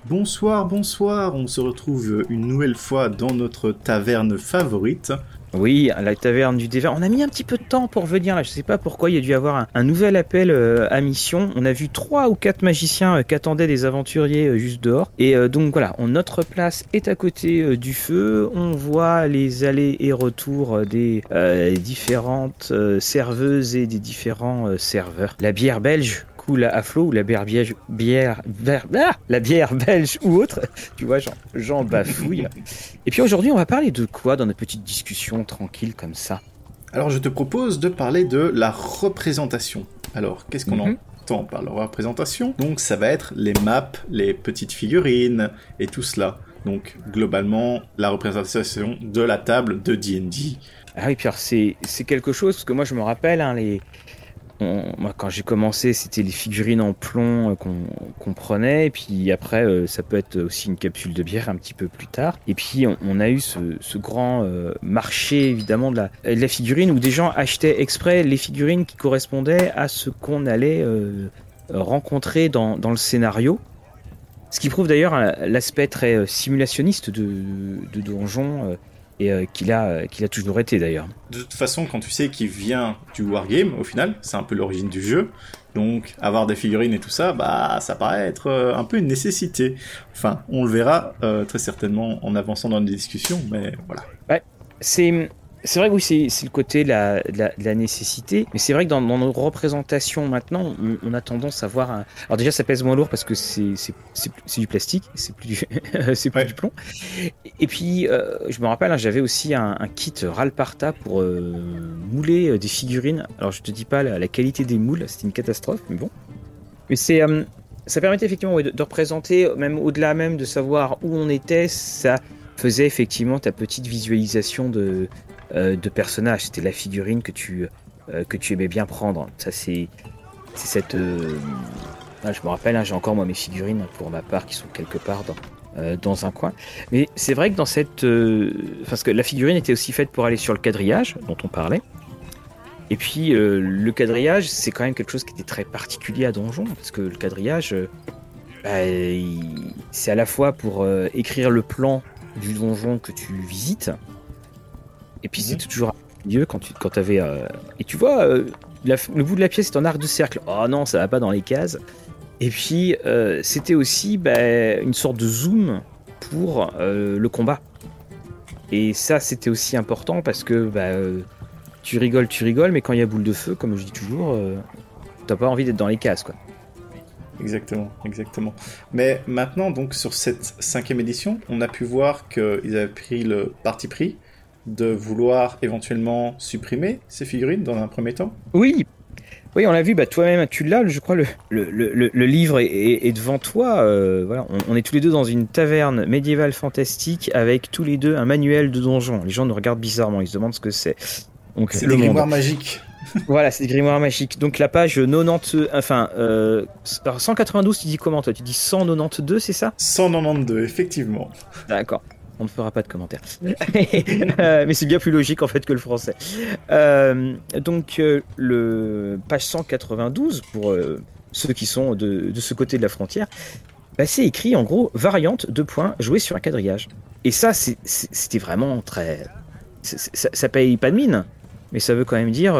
Bonsoir, bonsoir, on se retrouve une nouvelle fois dans notre taverne favorite. Oui, à la taverne du dévers. On a mis un petit peu de temps pour venir là. Je sais pas pourquoi. Il y a dû y avoir un nouvel appel à mission. On a vu 3 ou 4 magiciens qu'attendaient des aventuriers juste dehors. Et donc voilà, notre place est à côté du feu. On voit les allers et retours des différentes serveuses et des différents serveurs. La bière belge coule à flot, ou la la bière belge ou autre. Tu vois, j'en bafouille. Et puis aujourd'hui, on va parler de quoi dans notre petite discussion tranquille comme ça? Alors je te propose de parler de la représentation. Alors qu'est-ce qu'on entend par la représentation? Donc ça va être les maps, les petites figurines et tout cela. Donc globalement, la représentation de la table de D&D. Ah oui, Pierre, c'est quelque chose, parce que moi je me rappelle, moi, quand j'ai commencé, c'était les figurines en plomb qu'on prenait, et puis après, ça peut être aussi une capsule de bière un petit peu plus tard. Et puis, on a eu ce grand marché, évidemment, de la figurine, où des gens achetaient exprès les figurines qui correspondaient à ce qu'on allait rencontrer dans le scénario. Ce qui prouve d'ailleurs l'aspect très simulationniste de Donjon, et qu'il a toujours été d'ailleurs. De toute façon, quand tu sais qu'il vient du wargame, au final, c'est un peu l'origine du jeu, donc avoir des figurines et tout ça, bah ça paraît être un peu une nécessité. Enfin, on le verra très certainement en avançant dans les discussions, mais voilà. Ouais, c'est vrai que oui, c'est le côté de la nécessité, mais c'est vrai que dans nos représentations maintenant, on a tendance à voir alors déjà, ça pèse moins lourd parce que c'est du plastique, c'est plus du, c'est plus du plomb. Et puis, je me rappelle, j'avais aussi un kit Ralparta pour mouler des figurines. Alors, je te dis pas la qualité des moules, c'était une catastrophe, mais bon. Mais ça permettait effectivement de représenter, même au-delà même de savoir où on était, ça faisait effectivement ta petite visualisation de personnages. C'était la figurine que tu aimais bien prendre. Ça, c'est cette... je me rappelle, j'ai encore moi mes figurines pour ma part qui sont quelque part dans un coin. Mais c'est vrai que dans cette... parce que la figurine était aussi faite pour aller sur le quadrillage, dont on parlait. Et puis, le quadrillage, c'est quand même quelque chose qui était très particulier à Donjon, parce que le quadrillage, c'est à la fois pour écrire le plan du donjon que tu visites, et puis c'est toujours mieux quand t'avais... et tu vois, le bout de la pièce est en arc de cercle. Oh non, ça va pas dans les cases. Et puis, c'était aussi une sorte de zoom pour le combat. Et ça, c'était aussi important parce que tu rigoles, mais quand il y a boule de feu, comme je dis toujours, t'as pas envie d'être dans les cases, quoi. Exactement. Mais maintenant, donc, sur cette 5e édition, on a pu voir qu'ils avaient pris le parti pris de vouloir éventuellement supprimer ces figurines dans un premier temps. Oui, on l'a vu, toi-même, tu l'as, je crois, le livre est devant toi. Voilà, on est tous les deux dans une taverne médiévale fantastique avec tous les deux un manuel de donjon. Les gens nous regardent bizarrement, ils se demandent ce que c'est. Donc, c'est des grimoires magiques. Voilà, c'est des grimoires magiques. Donc la page 90, 192, tu dis comment toi? Tu dis 192, c'est ça? 192, effectivement. D'accord. On ne fera pas de commentaires. Mais c'est bien plus logique en fait que le français. Donc le page 192, pour ceux qui sont de ce côté de la frontière, c'est écrit en gros variante 2 points jouer sur un quadrillage. Et ça, c'était vraiment très... Ça paye pas de mine, mais ça veut quand même dire,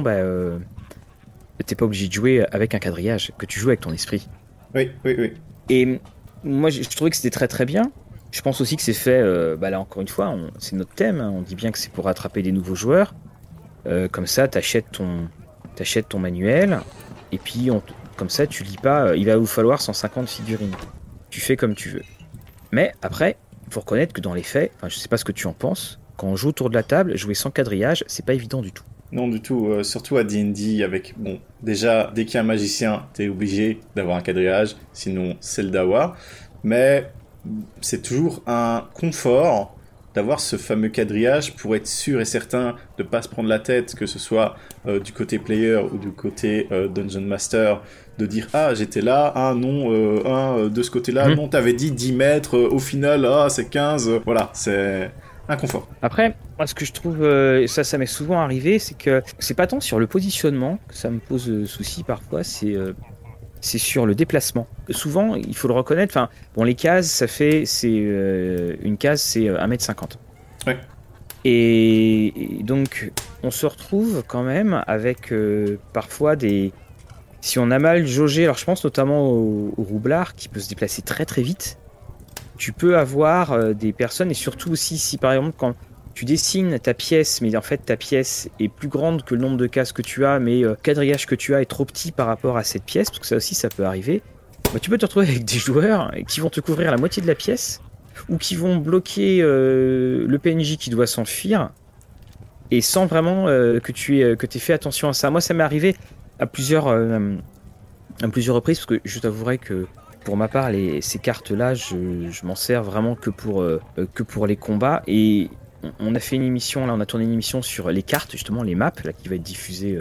t'es pas obligé de jouer avec un quadrillage, que tu joues avec ton esprit. Oui. Et moi, je trouvais que c'était très très bien. Je pense aussi que c'est fait, là encore une fois, c'est notre thème, hein, on dit bien que c'est pour attraper des nouveaux joueurs. Comme ça, t'achètes ton manuel, et puis comme ça, tu lis pas, il va vous falloir 150 figurines. Tu fais comme tu veux. Mais après, il faut reconnaître que dans les faits, je sais pas ce que tu en penses, quand on joue autour de la table, jouer sans quadrillage, c'est pas évident du tout. Non, du tout. Surtout à D&D, avec... Bon, déjà, dès qu'il y a un magicien, t'es obligé d'avoir un quadrillage, sinon c'est le dawa. Mais c'est toujours un confort d'avoir ce fameux quadrillage pour être sûr et certain de pas se prendre la tête, que ce soit du côté player ou du côté Dungeon Master, de dire « Ah, j'étais là, ah non, de ce côté-là, non, t'avais dit 10 mètres, au final, c'est 15. » Voilà, c'est... un confort. Après, moi, ce que je trouve, ça m'est souvent arrivé, c'est que c'est pas tant sur le positionnement que ça me pose souci parfois, c'est c'est sur le déplacement. Souvent, il faut le reconnaître, enfin, bon, les cases, une case, c'est 1,50 m. Ouais. Et donc, on se retrouve quand même avec parfois si on a mal jaugé, alors je pense notamment au roublard qui peut se déplacer très très vite, tu peux avoir des personnes, et surtout aussi si par exemple quand tu dessines ta pièce, mais en fait ta pièce est plus grande que le nombre de cases que tu as, mais le quadrillage que tu as est trop petit par rapport à cette pièce, parce que ça aussi ça peut arriver, bah, tu peux te retrouver avec des joueurs qui vont te couvrir la moitié de la pièce, ou qui vont bloquer le PNJ qui doit s'enfuir, et sans vraiment que tu aies fait attention à ça. Moi ça m'est arrivé à plusieurs reprises, parce que je t'avouerai que pour ma part, ces cartes-là, je m'en sers vraiment que pour les combats. Et on a fait une émission, là, on a tourné une émission sur les cartes, justement, les maps, là, qui va être diffusée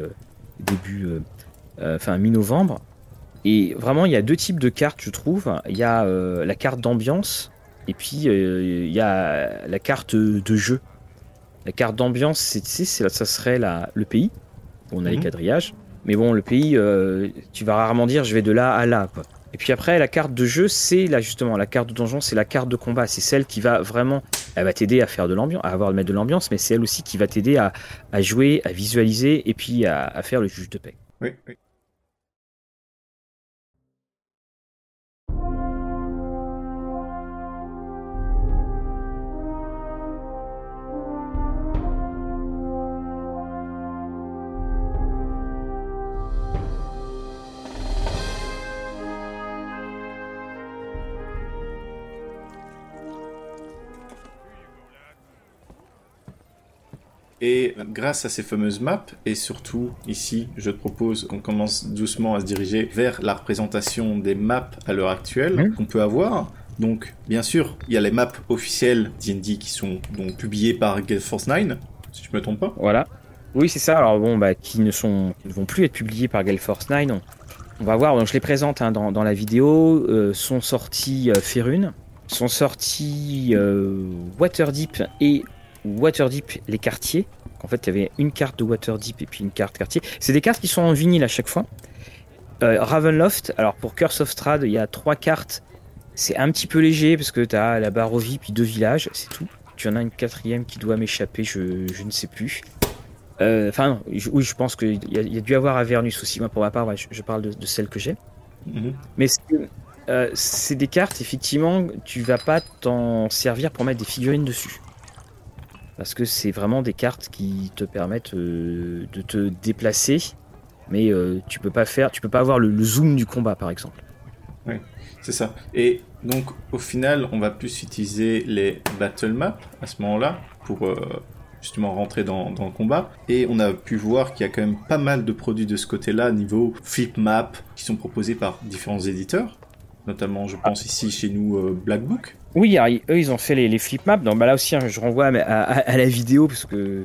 mi-novembre. Et vraiment, il y a 2 types de cartes, je trouve. Il y a la carte d'ambiance, et puis il y a la carte de jeu. La carte d'ambiance, ça serait le pays, où on a les quadrillages. Mais bon, le pays, tu vas rarement dire je vais de là à là, quoi. Et puis après, la carte de jeu, c'est là justement, la carte de donjon, c'est la carte de combat. C'est celle qui va vraiment, elle va t'aider à faire de l'ambiance, à mettre de l'ambiance, mais c'est elle aussi qui va t'aider à jouer, à visualiser et puis à faire le juge de paix. Oui, oui. Et grâce à ces fameuses maps, et surtout ici, je te propose qu'on commence doucement à se diriger vers la représentation des maps à l'heure actuelle qu'on peut avoir. Donc, bien sûr, il y a les maps officielles D&D qui sont donc publiées par Gale Force 9, si je me trompe pas. Voilà. Oui, c'est ça. Alors bon, qui ne vont plus être publiées par Gale Force 9. On va voir. Donc je les présente dans la vidéo. Sont sortis Faerûn, sont sortis Waterdeep et Waterdeep les quartiers. En fait, il y avait une carte de Waterdeep et puis une carte quartier. C'est des cartes qui sont en vinyle à chaque fois. Ravenloft, alors pour Curse of Strahd, il y a 3 cartes. C'est un petit peu léger parce que tu as la Barovie puis 2 villages, c'est tout. Tu en as une 4e qui doit m'échapper, je ne sais plus. Oui, je pense qu'il y a dû avoir Avernus aussi. Moi, pour ma part, ouais, je parle de celle que j'ai. Mais c'est des cartes, effectivement, tu vas pas t'en servir pour mettre des figurines dessus. Parce que c'est vraiment des cartes qui te permettent de te déplacer, mais tu peux pas avoir le zoom du combat, par exemple. Oui, c'est ça. Et donc, au final, on va plus utiliser les battle maps à ce moment-là pour justement rentrer dans le combat. Et on a pu voir qu'il y a quand même pas mal de produits de ce côté-là, niveau flip map, qui sont proposés par différents éditeurs. Notamment, je pense ici chez nous, Black Book. Oui, alors, eux, ils ont fait les flip maps. Donc, là aussi, je renvoie à la vidéo parce que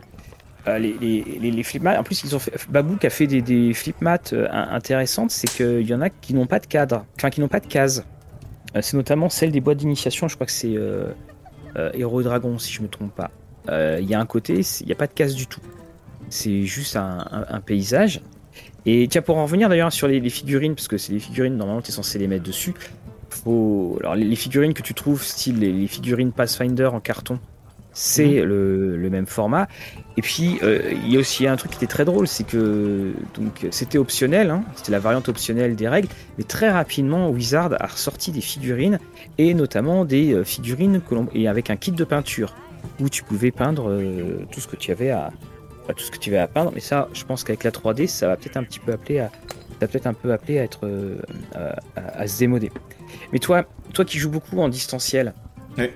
les flip maps. En plus, Black Book a fait des flip maps intéressantes. C'est qu'il y en a qui n'ont pas de cadre, enfin qui n'ont pas de cases. C'est notamment celle des boîtes d'initiation. Je crois que c'est Héros et Dragon, si je me trompe pas. Il y a un côté, il n'y a pas de case du tout. C'est juste un paysage. Et tiens, pour en revenir d'ailleurs sur les figurines, parce que c'est les figurines, normalement, tu es censé les mettre dessus. Alors, les figurines que tu trouves, style les figurines Pathfinder en carton, c'est le même format. Et puis, il y a aussi un truc qui était très drôle, c'est que donc, c'était optionnel, c'était la variante optionnelle des règles, mais très rapidement, Wizard a ressorti des figurines, et notamment des figurines et avec un kit de peinture, où tu pouvais peindre tout ce que tu avais à peindre. Mais ça, je pense qu'avec la 3D, ça va peut-être un peu appeler à être à se démoder. Mais toi qui joues beaucoup en distanciel, ouais.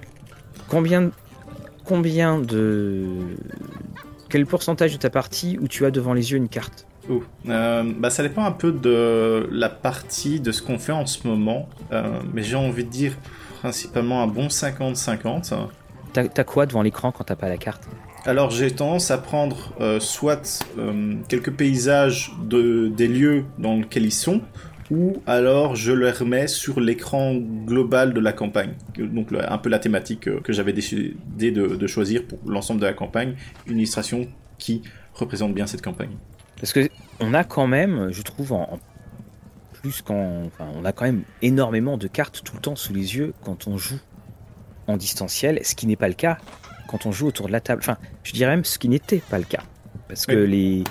Quel pourcentage de ta partie où tu as devant les yeux une carte? Ça dépend un peu de la partie, de ce qu'on fait en ce moment, mais j'ai envie de dire principalement un bon 50-50. T'as quoi devant l'écran quand t'as pas la carte? Alors j'ai tendance à prendre soit quelques paysages des lieux dans lesquels ils sont, ou alors je les remets sur l'écran global de la campagne. Donc un peu la thématique que j'avais décidé de choisir pour l'ensemble de la campagne, une illustration qui représente bien cette campagne. Parce que on a quand même, je trouve, plus on a quand même énormément de cartes tout le temps sous les yeux quand on joue en distanciel, ce qui n'est pas le cas quand on joue autour de la table. Enfin, je dirais même ce qui n'était pas le cas. Parce que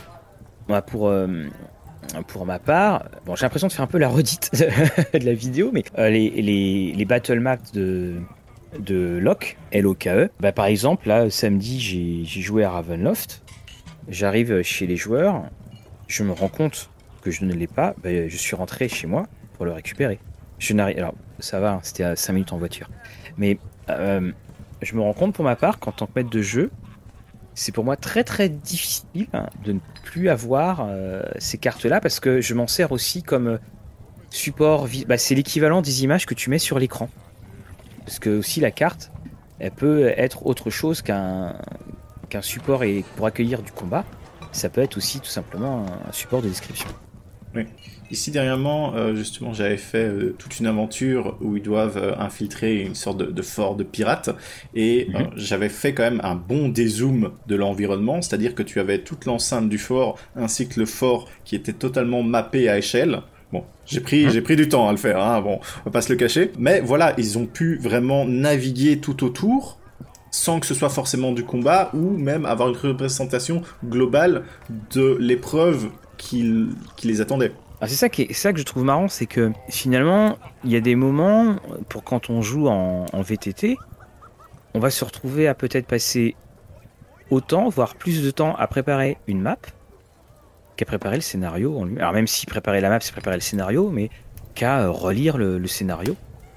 pour ma part, bon, j'ai l'impression de faire un peu la redite de la vidéo, mais les battle maps de Locke, L-O-K-E, bah, par exemple, là, samedi, j'ai joué à Ravenloft, j'arrive chez les joueurs, je me rends compte que je ne l'ai pas, bah, je suis rentré chez moi pour le récupérer. Alors, ça va, hein, c'était à 5 minutes en voiture. Mais je me rends compte pour ma part qu'en tant que maître de jeu, c'est pour moi très très difficile de ne plus avoir ces cartes-là parce que je m'en sers aussi comme support. C'est l'équivalent des images que tu mets sur l'écran. Parce que aussi la carte, elle peut être autre chose qu'un support pour accueillir du combat. Ça peut être aussi tout simplement un support de description. Oui. Ici, dernièrement, justement, j'avais fait toute une aventure où ils doivent infiltrer une sorte de fort de pirates et j'avais fait quand même un bon dézoom de l'environnement, c'est-à-dire que tu avais toute l'enceinte du fort ainsi que le fort qui était totalement mappé à échelle. Bon, j'ai pris du temps à le faire, hein, bon, on va pas se le cacher. Mais voilà, ils ont pu vraiment naviguer tout autour sans que ce soit forcément du combat ou même avoir une représentation globale de l'épreuve qui les attendait. Ah, c'est ça que je trouve marrant, c'est que finalement, il y a des moments, pour quand on joue en VTT, on va se retrouver à peut-être passer autant, voire plus de temps à préparer une map qu'à préparer le scénario en lui-même. Alors même si préparer la map, c'est préparer le scénario, mais qu'à relire le scénario.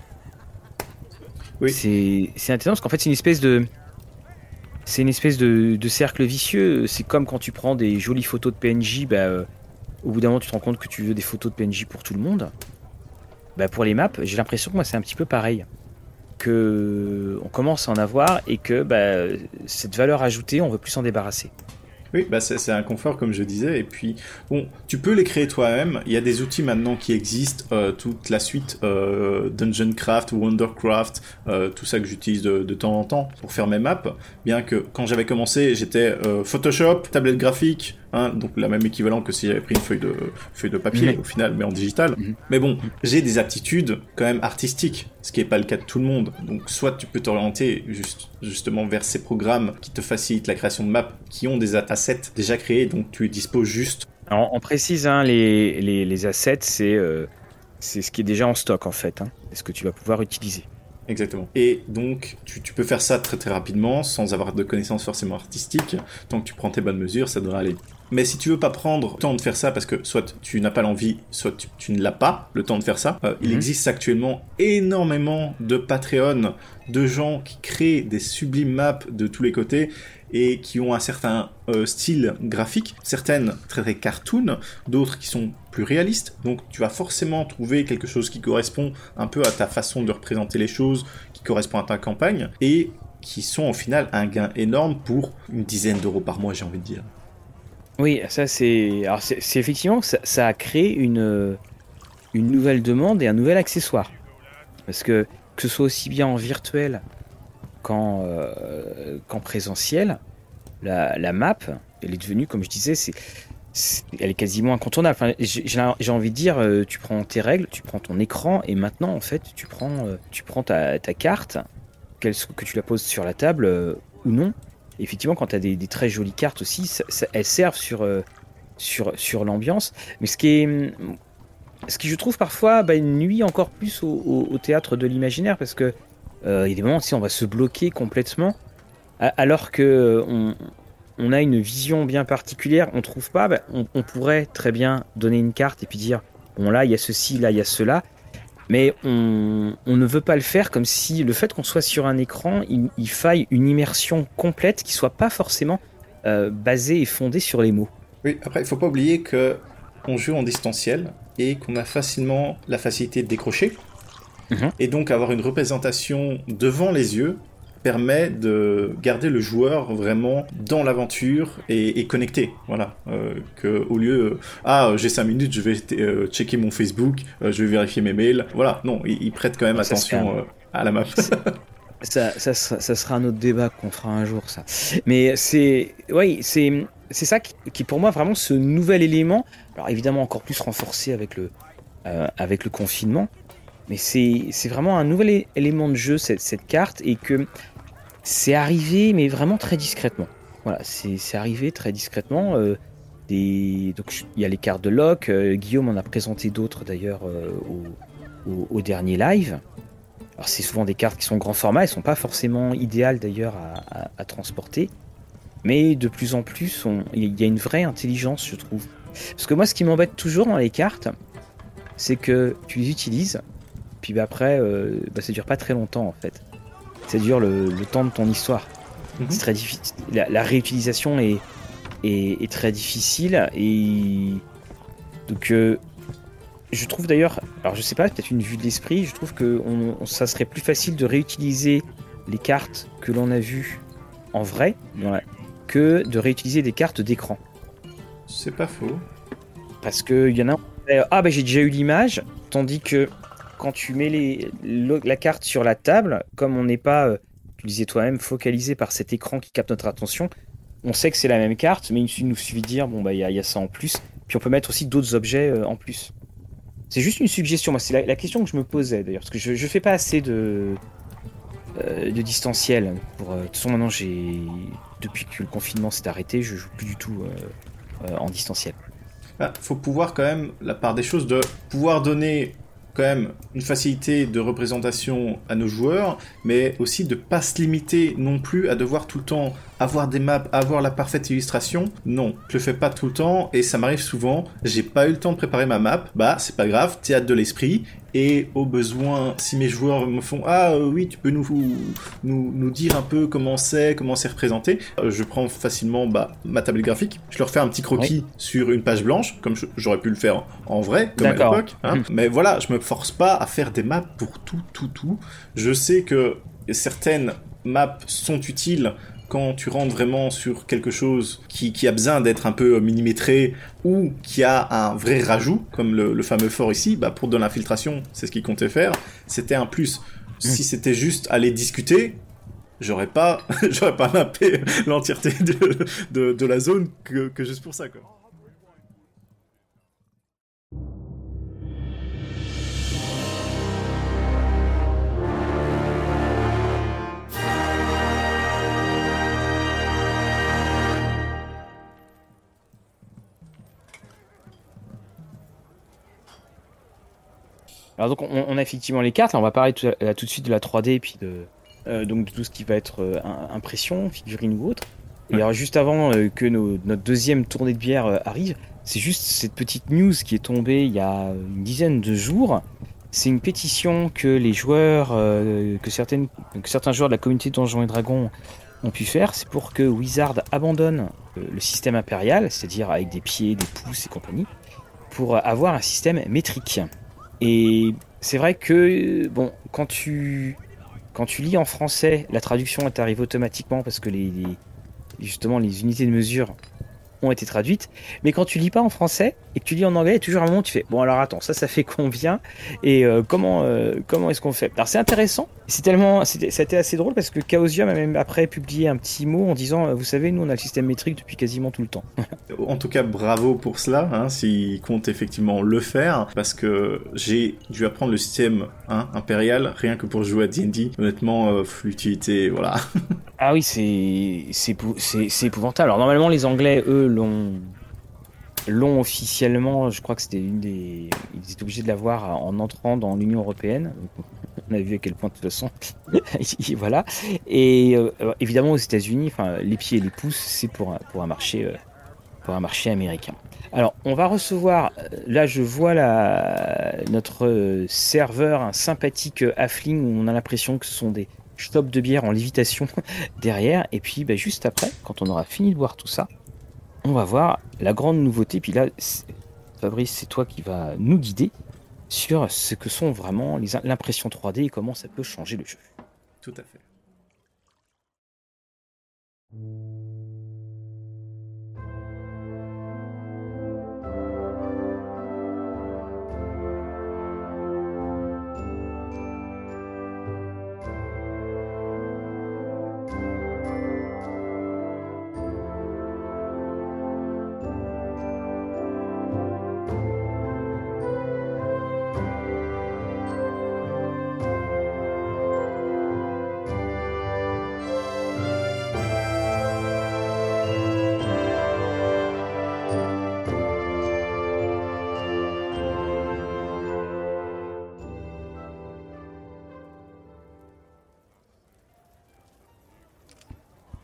Oui. C'est intéressant parce qu'en fait, c'est une espèce de cercle vicieux. C'est comme quand tu prends des jolies photos de PNJ, au bout d'un moment, tu te rends compte que tu veux des photos de PNJ pour tout le monde. Pour les maps, j'ai l'impression que moi, c'est un petit peu pareil. Que on commence à en avoir et que cette valeur ajoutée, on veut plus s'en débarrasser. Oui, c'est un confort comme je disais, et puis bon, tu peux les créer toi-même, il y a des outils maintenant qui existent, toute la suite Dungeoncraft, Wondercraft, tout ça que j'utilise de temps en temps pour faire mes maps, bien que quand j'avais commencé, j'étais Photoshop, tablette graphique, hein, donc la même équivalent que si j'avais pris une feuille de papier au final, mais en digital. Mais bon, j'ai des aptitudes quand même artistiques, ce qui n'est pas le cas de tout le monde, donc soit tu peux t'orienter justement vers ces programmes qui te facilitent la création de maps, qui ont des assets déjà créés, donc tu disposes juste. Alors, on précise, hein, les assets, c'est ce qui est déjà en stock en fait, hein, c'est ce que tu vas pouvoir utiliser. Exactement. Et donc, tu peux faire ça très très rapidement, sans avoir de connaissances forcément artistiques. Tant que tu prends tes bonnes mesures, ça devrait aller. Mais si tu veux pas prendre le temps de faire ça, parce que soit tu n'as pas l'envie, soit tu ne l'as pas, le temps de faire ça, il existe actuellement énormément de Patreon, de gens qui créent des sublimes maps de tous les côtés, et qui ont un certain style graphique, certaines très très cartoon, d'autres qui sont plus réalistes, donc tu vas forcément trouver quelque chose qui correspond un peu à ta façon de représenter les choses, qui correspond à ta campagne, et qui sont au final un gain énorme pour une dizaine d'euros par mois, j'ai envie de dire. Oui, ça c'est effectivement que ça a créé une nouvelle demande et un nouvel accessoire, parce que ce soit aussi bien en virtuel qu'en présentiel, la map, elle est devenue, comme je disais, elle est quasiment incontournable. Enfin, j'ai envie de dire, tu prends tes règles, tu prends ton écran, et maintenant, en fait, tu prends ta carte, que tu la poses sur la table ou non. Et effectivement, quand tu as des très jolies cartes aussi, elles servent sur l'ambiance. Mais ce qui je trouve parfois nuit encore plus au théâtre de l'imaginaire, parce que il y a des moments où on va se bloquer complètement, alors que on a une vision bien particulière, on trouve pas, on pourrait très bien donner une carte et puis dire bon là il y a ceci, là il y a cela, mais on ne veut pas le faire, comme si le fait qu'on soit sur un écran, il faille une immersion complète qui soit pas forcément basée et fondée sur les mots. Oui, après il faut pas oublier que on joue en distanciel et qu'on a facilement la facilité de décrocher. Et donc avoir une représentation devant les yeux permet de garder le joueur vraiment dans l'aventure et connecté. Voilà. Que au lieu j'ai 5 minutes, je vais checker mon Facebook, je vais vérifier mes mails. Voilà. Non, il prête quand même attention à la map. Ça sera un autre débat qu'on fera un jour, ça. Mais c'est ça qui pour moi vraiment ce nouvel élément. Alors évidemment encore plus renforcé avec avec le confinement. Mais c'est vraiment un nouvel élément de jeu, cette carte, et que c'est arrivé, mais vraiment très discrètement. Voilà, c'est arrivé très discrètement. Donc, il y a les cartes de Locke. Guillaume en a présenté d'autres d'ailleurs au dernier live. Alors, c'est souvent des cartes qui sont grand format, elles sont pas forcément idéales d'ailleurs à transporter. Mais de plus en plus, il y a une vraie intelligence, je trouve. Parce que moi, ce qui m'embête toujours dans les cartes, c'est que tu les utilises, puis après, ça dure pas très longtemps en fait. Ça dure le temps de ton histoire. C'est très difficile. La réutilisation est très difficile. Et donc, je trouve d'ailleurs, alors je sais pas, peut-être une vue de l'esprit, je trouve que ça serait plus facile de réutiliser les cartes que l'on a vues en vrai, que de réutiliser des cartes d'écran. C'est pas faux. Parce qu'il y en a, j'ai déjà eu l'image, tandis que quand tu mets la carte sur la table, comme on n'est pas, tu disais toi-même, focalisé par cet écran qui capte notre attention, on sait que c'est la même carte, mais il nous suffit de dire, il y a ça en plus, puis on peut mettre aussi d'autres objets en plus. C'est juste une suggestion, moi c'est la question que je me posais d'ailleurs, parce que je fais pas assez de distanciel. De toute façon maintenant, depuis que le confinement s'est arrêté, je joue plus du tout en distanciel. Faut pouvoir quand même, la part des choses, de pouvoir donner quand même une facilité de représentation à nos joueurs, mais aussi de pas se limiter non plus à devoir tout le temps avoir des maps, avoir la parfaite illustration. Non, je le fais pas tout le temps, et ça m'arrive souvent, j'ai pas eu le temps de préparer ma map, c'est pas grave, théâtre de l'esprit, et au besoin, si mes joueurs me font « Ah oui, tu peux nous dire un peu comment c'est représenté », je prends facilement ma tablette graphique, je leur fais un petit croquis sur une page blanche, comme j'aurais pu le faire en vrai, comme à l'époque. Mais voilà, je me force pas à faire des maps pour tout. Je sais que certaines maps sont utiles quand tu rentres vraiment sur quelque chose qui a besoin d'être un peu millimétré ou qui a un vrai rajout, comme le fameux fort ici, pour de l'infiltration, c'est ce qu'il comptait faire, c'était un plus. Si c'était juste aller discuter, j'aurais pas mappé l'entièreté de la zone que juste pour ça, quoi. Alors donc on a effectivement les cartes, là, on va parler tout de suite de la 3D et puis donc de tout ce qui va être impression, figurine ou autre. Et alors juste avant que notre deuxième tournée de bière arrive, c'est juste cette petite news qui est tombée il y a une dizaine de jours. C'est une pétition que les joueurs, que certains joueurs de la communauté de Donjons et Dragons ont pu faire. C'est pour que Wizard abandonne le système impérial, c'est-à-dire avec des pieds, des pouces et compagnie, pour avoir un système métrique. Et c'est vrai que, quand tu lis en français, la traduction elle t'arrive automatiquement parce que justement les unités de mesure ont été traduites. Mais quand tu lis pas en français et que tu lis en anglais, il y a toujours un moment où tu fais bon alors attends, ça fait combien et comment est-ce qu'on fait? Alors c'est intéressant. C'était assez drôle parce que Chaosium a même après publié un petit mot en disant vous savez nous on a le système métrique depuis quasiment tout le temps. En tout cas bravo pour cela, s'il compte effectivement le faire, parce que j'ai dû apprendre le système impérial rien que pour jouer à D&D. Honnêtement, l'utilité, voilà. Ah oui, c'est épouvantable. Alors normalement les Anglais eux l'ont officiellement, je crois que ils étaient obligés de l'avoir en entrant dans l'Union Européenne. On a vu à quel point de toute façon, voilà. Et évidemment aux États-Unis, les pieds et les pouces, c'est pour un marché américain. Alors on va recevoir, là je vois notre serveur, un sympathique halfling où on a l'impression que ce sont des stops de bière en lévitation derrière. Et puis juste après, quand on aura fini de boire tout ça, on va voir la grande nouveauté. Puis là, Fabrice, c'est toi qui vas nous guider sur ce que sont vraiment l'impression 3D et comment ça peut changer le jeu. Tout à fait.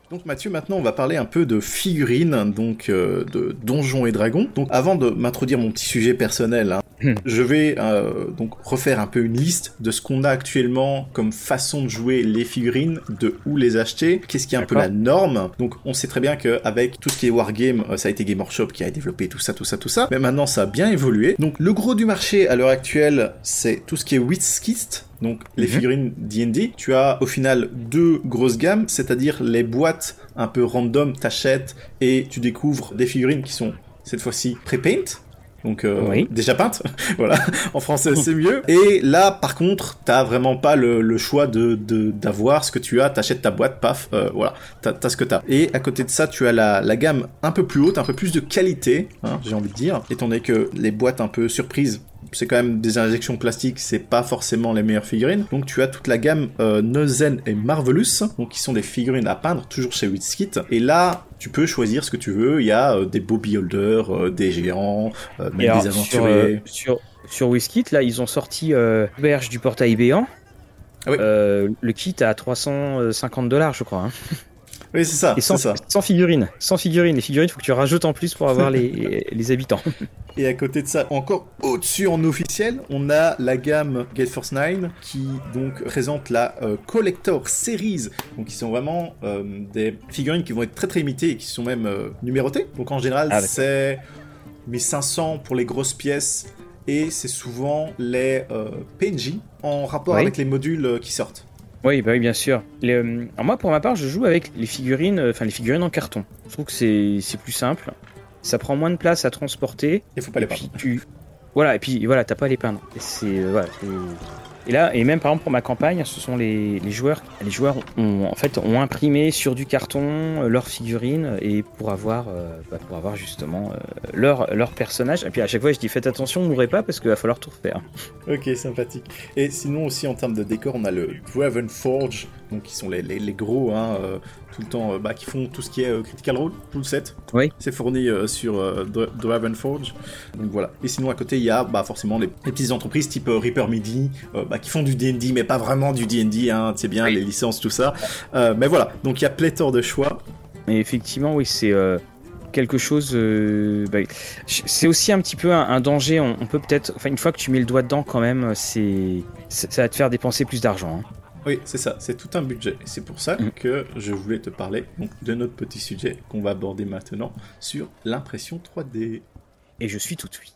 Donc Mathieu, maintenant on va parler un peu de figurines, donc de Donjons et Dragons. Donc avant de m'introduire mon petit sujet personnel, je vais donc refaire un peu une liste de ce qu'on a actuellement comme façon de jouer les figurines, de où les acheter, qu'est-ce qui est un peu la norme. Donc on sait très bien qu'avec tout ce qui est Wargame, ça a été Game Workshop qui a développé tout ça. Mais maintenant ça a bien évolué. Donc le gros du marché à l'heure actuelle, c'est tout ce qui est WizKit. Donc les figurines D&D, tu as au final 2 grosses gammes, c'est-à-dire les boîtes un peu random, t'achètes et tu découvres des figurines qui sont cette fois-ci pré-paint, donc déjà peintes, voilà, en français c'est mieux. Et là par contre, t'as vraiment pas le choix d'avoir ce que tu as, t'achètes ta boîte, paf, voilà, t'as ce que t'as. Et à côté de ça, tu as la gamme un peu plus haute, un peu plus de qualité, j'ai envie de dire, étant donné que les boîtes un peu surprises, c'est quand même des injections plastiques, c'est pas forcément les meilleures figurines. Donc tu as toute la gamme Nozen et Marvelous, donc qui sont des figurines à peindre, toujours chez WizKit. Et là, tu peux choisir ce que tu veux. Il y a des Bobby Holders, des géants, même des aventuriers. Sur WizKit, là, ils ont sorti l'auberge du portail béant. Ah oui. Le kit à $350, je crois. Oui, c'est ça. Et sans figurines. Sans figurines. Les figurines, il faut que tu rajoutes en plus pour avoir les habitants. Et à côté de ça, encore au-dessus en officiel, on a la gamme Gale Force 9 qui donc présente la Collector Series, donc qui sont vraiment des figurines qui vont être très très limitées et qui sont même numérotées. Donc en général, c'est 1500 pour les grosses pièces et c'est souvent les PNJ en rapport avec les modules qui sortent. Oui, bah oui, bien sûr. Alors moi, pour ma part, je joue avec les figurines en carton. Je trouve que c'est plus simple. Ça prend moins de place à transporter. Il faut pas les peindre. Et puis t'as pas à les peindre. Et là, et même par exemple pour ma campagne, ce sont les joueurs. Les joueurs ont imprimé sur du carton leurs figurines et pour avoir justement leur personnage. Et puis à chaque fois, je dis faites attention, ne mourrez pas parce qu'il va falloir tout refaire. Ok, sympathique. Et sinon aussi en termes de décor, on a le Draven Forge, donc qui sont les gros, tout le temps, qui font tout ce qui est Critical Role, tout le set. Oui. C'est fourni sur Draven Forge. Donc voilà. Et sinon à côté, il y a forcément les petites entreprises type Reaper Midi, qui font du D&D, mais pas vraiment du D&D, c'est bien, les licences, tout ça. Mais voilà, donc il y a pléthore de choix. Et effectivement, oui, c'est quelque chose... c'est aussi un petit peu un danger. On peut peut-être... Enfin, une fois que tu mets le doigt dedans, quand même, ça va te faire dépenser plus d'argent. Oui, c'est ça, c'est tout un budget. Et c'est pour ça que je voulais te parler de notre petit sujet qu'on va aborder maintenant sur l'impression 3D. Et je suis tout oui.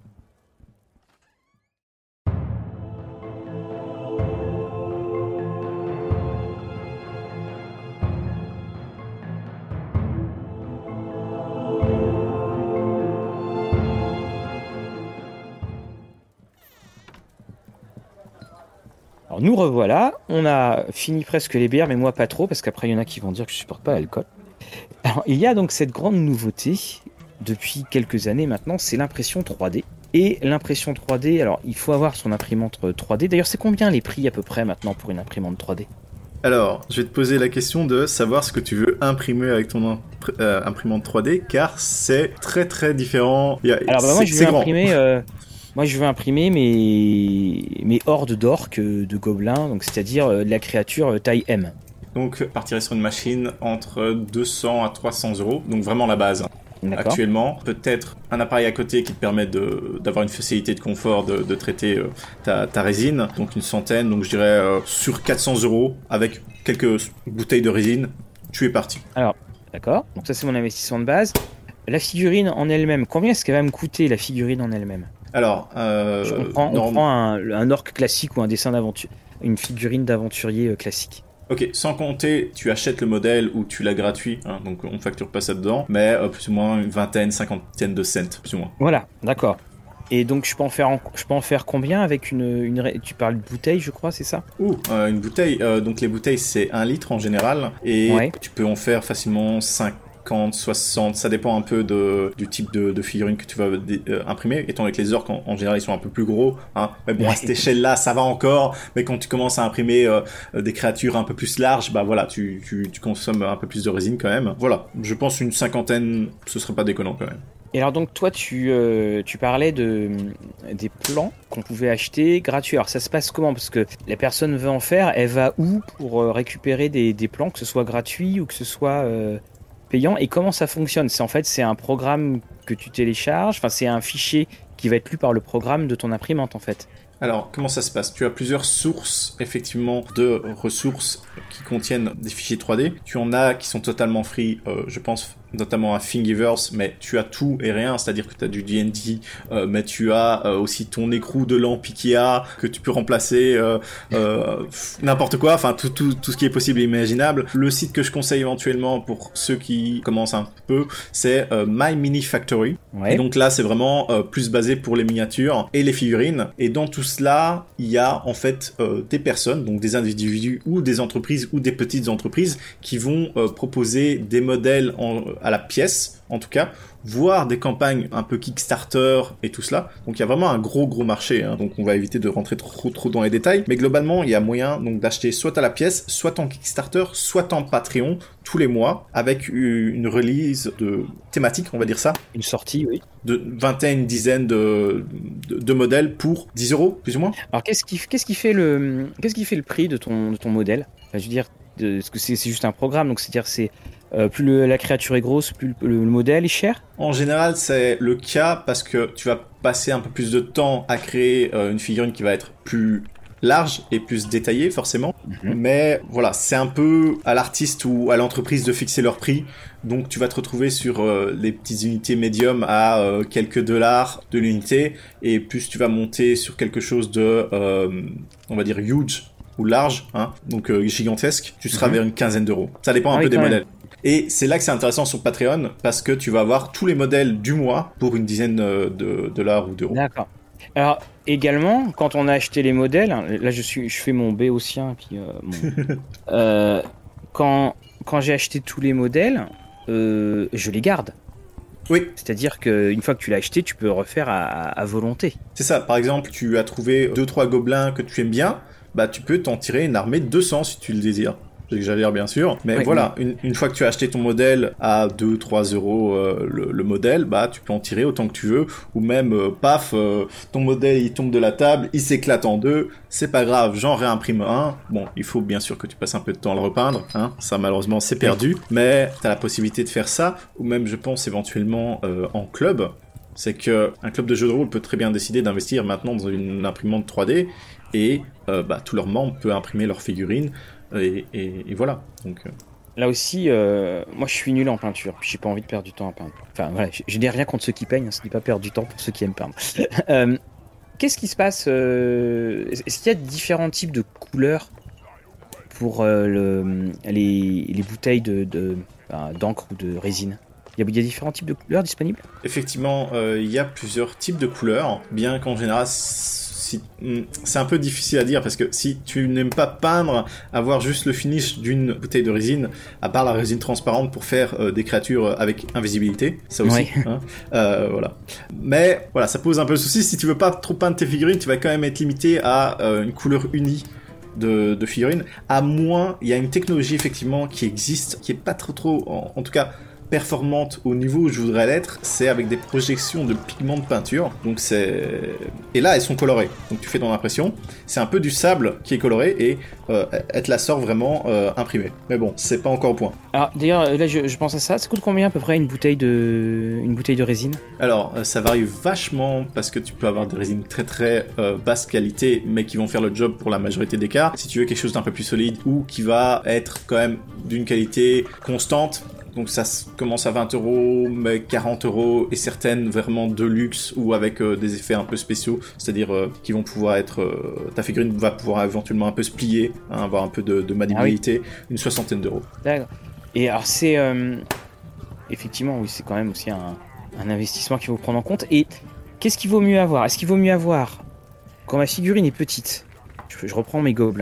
Alors nous revoilà, on a fini presque les bières, mais moi pas trop, parce qu'après il y en a qui vont dire que je supporte pas l'alcool. Alors il y a donc cette grande nouveauté, depuis quelques années maintenant, c'est l'impression 3D. Et l'impression 3D, alors il faut avoir son imprimante 3D. D'ailleurs c'est combien les prix à peu près maintenant pour une imprimante 3D ? Alors, je vais te poser la question de savoir ce que tu veux imprimer avec ton imprimante 3D, car c'est très très différent. Alors moi je veux imprimer mes hordes d'orques, de gobelins, donc c'est-à-dire la créature taille M. Donc partirait sur une machine entre 200 à 300 €, donc vraiment la base. D'accord. Actuellement, peut-être un appareil à côté qui te permet d'avoir une facilité de confort de traiter ta résine, donc une centaine, donc je dirais sur 400 € avec quelques bouteilles de résine, tu es parti. Alors, d'accord, donc ça c'est mon investissement de base. La figurine en elle-même, combien est-ce qu'elle va me coûter la figurine en elle-même ? Alors, on prend un orc classique ou un dessin d'aventure, une figurine d'aventurier classique. Ok, sans compter, tu achètes le modèle ou tu l'as gratuit, donc on facture pas ça dedans, mais plus ou moins une vingtaine, cinquantaine de cents, plus ou moins. Voilà, d'accord. Et donc je peux en faire combien avec une tu parles de bouteille, je crois, c'est ça ? Une bouteille, donc les bouteilles c'est 1 litre en général, et tu peux en faire facilement 50, 60, ça dépend un peu du type de figurine que tu vas imprimer, étant donné que les orques en général ils sont un peu plus gros, mais bon à cette échelle là ça va encore, mais quand tu commences à imprimer des créatures un peu plus larges, voilà, tu consommes un peu plus de résine quand même. Voilà, je pense une cinquantaine ce serait pas déconnant quand même. Et alors donc toi tu parlais des plans qu'on pouvait acheter gratuits. Alors ça se passe comment? Parce que la personne veut en faire, elle va où pour récupérer des plans, que ce soit gratuit ou que ce soit payant? Et comment ça fonctionne? C'est un programme que tu télécharges, enfin c'est un fichier qui va être lu par le programme de ton imprimante en fait. Alors, comment ça se passe? Tu as plusieurs sources, effectivement, de ressources qui contiennent des fichiers 3D. Tu en as qui sont totalement free, je pense notamment à Thingiverse, mais tu as tout et rien, c'est-à-dire que tu as du D&D, mais tu as aussi ton écrou de lampe Ikea que tu peux remplacer n'importe quoi, enfin tout ce qui est possible et imaginable. Le site que je conseille éventuellement pour ceux qui commencent un peu, c'est My Mini Factory. Ouais. Et donc là, c'est vraiment plus basé pour les miniatures et les figurines. Et dans tout cela, il y a en fait des personnes, donc des individus ou des entreprises ou des petites entreprises qui vont proposer des modèles à la pièce, en tout cas, voire des campagnes un peu Kickstarter et tout cela. Donc il y a vraiment un gros marché, hein. Donc on va éviter de rentrer trop dans les détails, mais globalement il y a moyen donc d'acheter soit à la pièce, soit en Kickstarter, soit en Patreon tous les mois avec une release de thématique, on va dire ça. Une sortie, oui. De vingtaine, dizaine de modèles pour 10 € plus ou moins. Alors qu'est-ce qui fait le prix de ton modèle? Enfin, je veux dire, est-ce que c'est juste un programme, donc c'est-à-dire plus la créature est grosse, plus le modèle est cher? En général, c'est le cas parce que tu vas passer un peu plus de temps à créer une figurine qui va être plus large et plus détaillée, forcément. Mhm. Mais voilà, c'est un peu à l'artiste ou à l'entreprise de fixer leur prix. Donc tu vas te retrouver sur les petites unités médium à quelques dollars de l'unité. Et plus tu vas monter sur quelque chose de, on va dire, huge ou large, hein, donc gigantesque, tu seras vers une quinzaine d'euros. Ça dépend un peu des modèles. Et c'est là que c'est intéressant sur Patreon, parce que tu vas avoir tous les modèles du mois pour une dizaine de dollars ou d'euros. D'accord. Alors, également, quand on a acheté les modèles, là je fais mon béotien, puis quand j'ai acheté tous les modèles, je les garde. Oui. C'est-à-dire qu'une fois que tu l'as acheté, tu peux le refaire à volonté. C'est ça, par exemple, tu as trouvé 2-3 gobelins que tu aimes bien, bah tu peux t'en tirer une armée de 200 si tu le désires. J'exagère bien sûr, mais oui, voilà, une fois que tu as acheté ton modèle à 2-3 euros le modèle, bah tu peux en tirer autant que tu veux, ou même paf, ton modèle il tombe de la table, il s'éclate en deux, c'est pas grave, j'en réimprime un. Bon, il faut bien sûr que tu passes un peu de temps à le repeindre, hein, ça malheureusement c'est perdu, mais t'as la possibilité de faire ça, ou même je pense éventuellement en club. C'est que un club de jeux de rôle peut très bien décider d'investir maintenant dans une imprimante 3D et bah tous leurs membres peuvent imprimer leurs figurines. Et voilà. Donc, là aussi, moi je suis nul en peinture, puis j'ai pas envie de perdre du temps à peindre. Enfin voilà, je n'ai rien contre ceux qui peignent, hein, ce n'est pas perdre du temps pour ceux qui aiment peindre. Qu'est-ce qui se passe est-ce qu'il y a différents types de couleurs pour les bouteilles d'encre ou de résine? Il y a différents types de couleurs disponibles? Effectivement, il y a plusieurs types de couleurs, bien qu'en général c'est un peu difficile à dire parce que si tu n'aimes pas peindre, avoir juste le finish d'une bouteille de résine, à part la résine transparente pour faire des créatures avec invisibilité, ça aussi. Oui. Hein, voilà. Mais voilà, ça pose un peu le souci. Si tu veux pas trop peindre tes figurines, tu vas quand même être limité à une couleur unie de figurines. À moins, il y a une technologie effectivement qui existe, qui est pas trop en tout cas performante au niveau où je voudrais l'être, c'est avec des projections de pigments de peinture. Donc et là elles sont colorées. Donc tu fais ton impression, c'est un peu du sable qui est coloré et elle te la sort vraiment imprimée. Mais bon, c'est pas encore au point. Alors d'ailleurs là je pense à ça. Ça coûte combien à peu près une bouteille de résine? Alors ça varie vachement parce que tu peux avoir des résines très basse qualité mais qui vont faire le job pour la majorité des cas. Si tu veux quelque chose d'un peu plus solide ou qui va être quand même d'une qualité constante. Donc ça commence à 20 €, mais 40 € et certaines vraiment de luxe ou avec des effets un peu spéciaux, c'est-à-dire qui vont pouvoir être... ta figurine va pouvoir éventuellement un peu se plier, hein, avoir un peu de maniabilité, une 60aine d'euros. D'accord. Et alors c'est... effectivement, oui, c'est quand même aussi un investissement qu'il faut prendre en compte. Et qu'est-ce qu'il vaut mieux avoir? Est-ce qu'il vaut mieux avoir, quand ma figurine est petite, je reprends mes gobelins,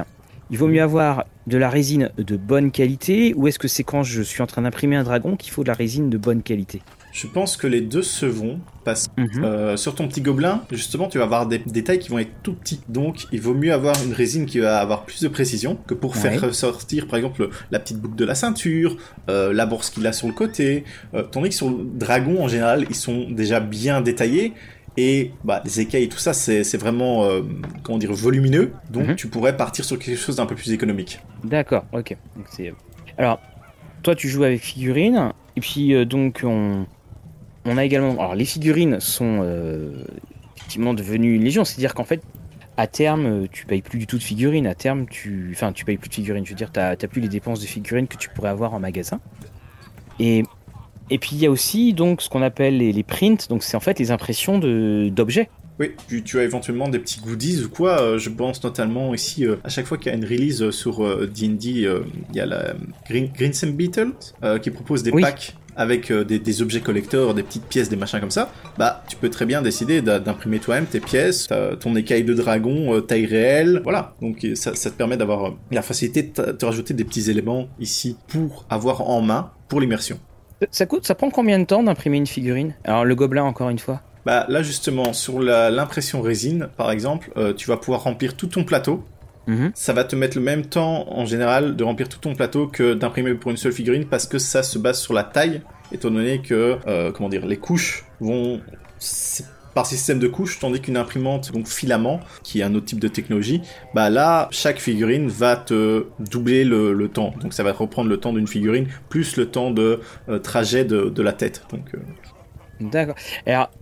il vaut mieux avoir de la résine de bonne qualité ou est-ce que c'est quand je suis en train d'imprimer un dragon qu'il faut de la résine de bonne qualité? Je pense que les deux se vont, parce que Mhm. sur ton petit gobelin, justement, tu vas avoir des détails qui vont être tout petits. Donc, il vaut mieux avoir une résine qui va avoir plus de précision que pour faire Ouais. ressortir, par exemple, la petite boucle de la ceinture, la bourse qu'il a sur le côté. Tandis que sur le dragon, en général, ils sont déjà bien détaillés. Et bah, les écailles et tout ça, c'est vraiment, comment dire, volumineux. Donc, Mhm. tu pourrais partir sur quelque chose d'un peu plus économique. D'accord, ok. Donc, alors, toi, tu joues avec figurines, et puis donc on a également. Alors, les figurines sont effectivement devenues une légion, c'est-à-dire qu'en fait, à terme, tu payes plus du tout de figurines. À terme, tu payes plus de figurines. Je veux dire, t'as plus les dépenses de figurines que tu pourrais avoir en magasin. Et, et puis, il y a aussi donc ce qu'on appelle les prints, donc c'est en fait les impressions d'objets. Oui, tu as éventuellement des petits goodies ou quoi. Je pense notamment ici, à chaque fois qu'il y a une release sur D&D, il y a la Greensome Beetle qui propose des Oui. packs avec des objets collecteurs, des petites pièces, des machins comme ça. Bah, tu peux très bien décider d'imprimer toi-même tes pièces, ton écaille de dragon, taille réelle, voilà. Donc ça te permet d'avoir la facilité de te rajouter des petits éléments ici pour avoir en main pour l'immersion. Ça prend combien de temps d'imprimer une figurine? Alors, le gobelin, encore une fois. Bah là justement, sur l'impression résine, par exemple, tu vas pouvoir remplir tout ton plateau. Mhm. Ça va te mettre le même temps en général de remplir tout ton plateau que d'imprimer pour une seule figurine parce que ça se base sur la taille, étant donné que comment dire, les couches vont par système de couches, tandis qu'une imprimante donc filament, qui est un autre type de technologie, bah là chaque figurine va te doubler le temps, donc ça va reprendre le temps d'une figurine plus le temps de trajet de la tête. Donc D'accord. Alors,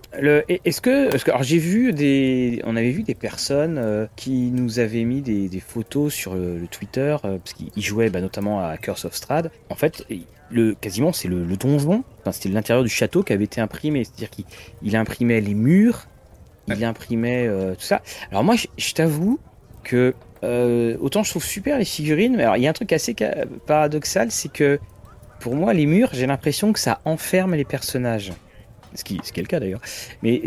alors on avait vu des personnes qui nous avaient mis des photos sur le Twitter parce qu'ils jouaient notamment à Curse of Strahd. En fait, quasiment c'est le donjon. Enfin, c'était l'intérieur du château qui avait été imprimé, c'est-à-dire qu'il imprimait les murs, il imprimait tout ça. Alors moi, je t'avoue que autant je trouve super les figurines, mais alors il y a un truc assez paradoxal, c'est que pour moi, les murs, j'ai l'impression que ça enferme les personnages. Ce qui est le cas d'ailleurs. Mais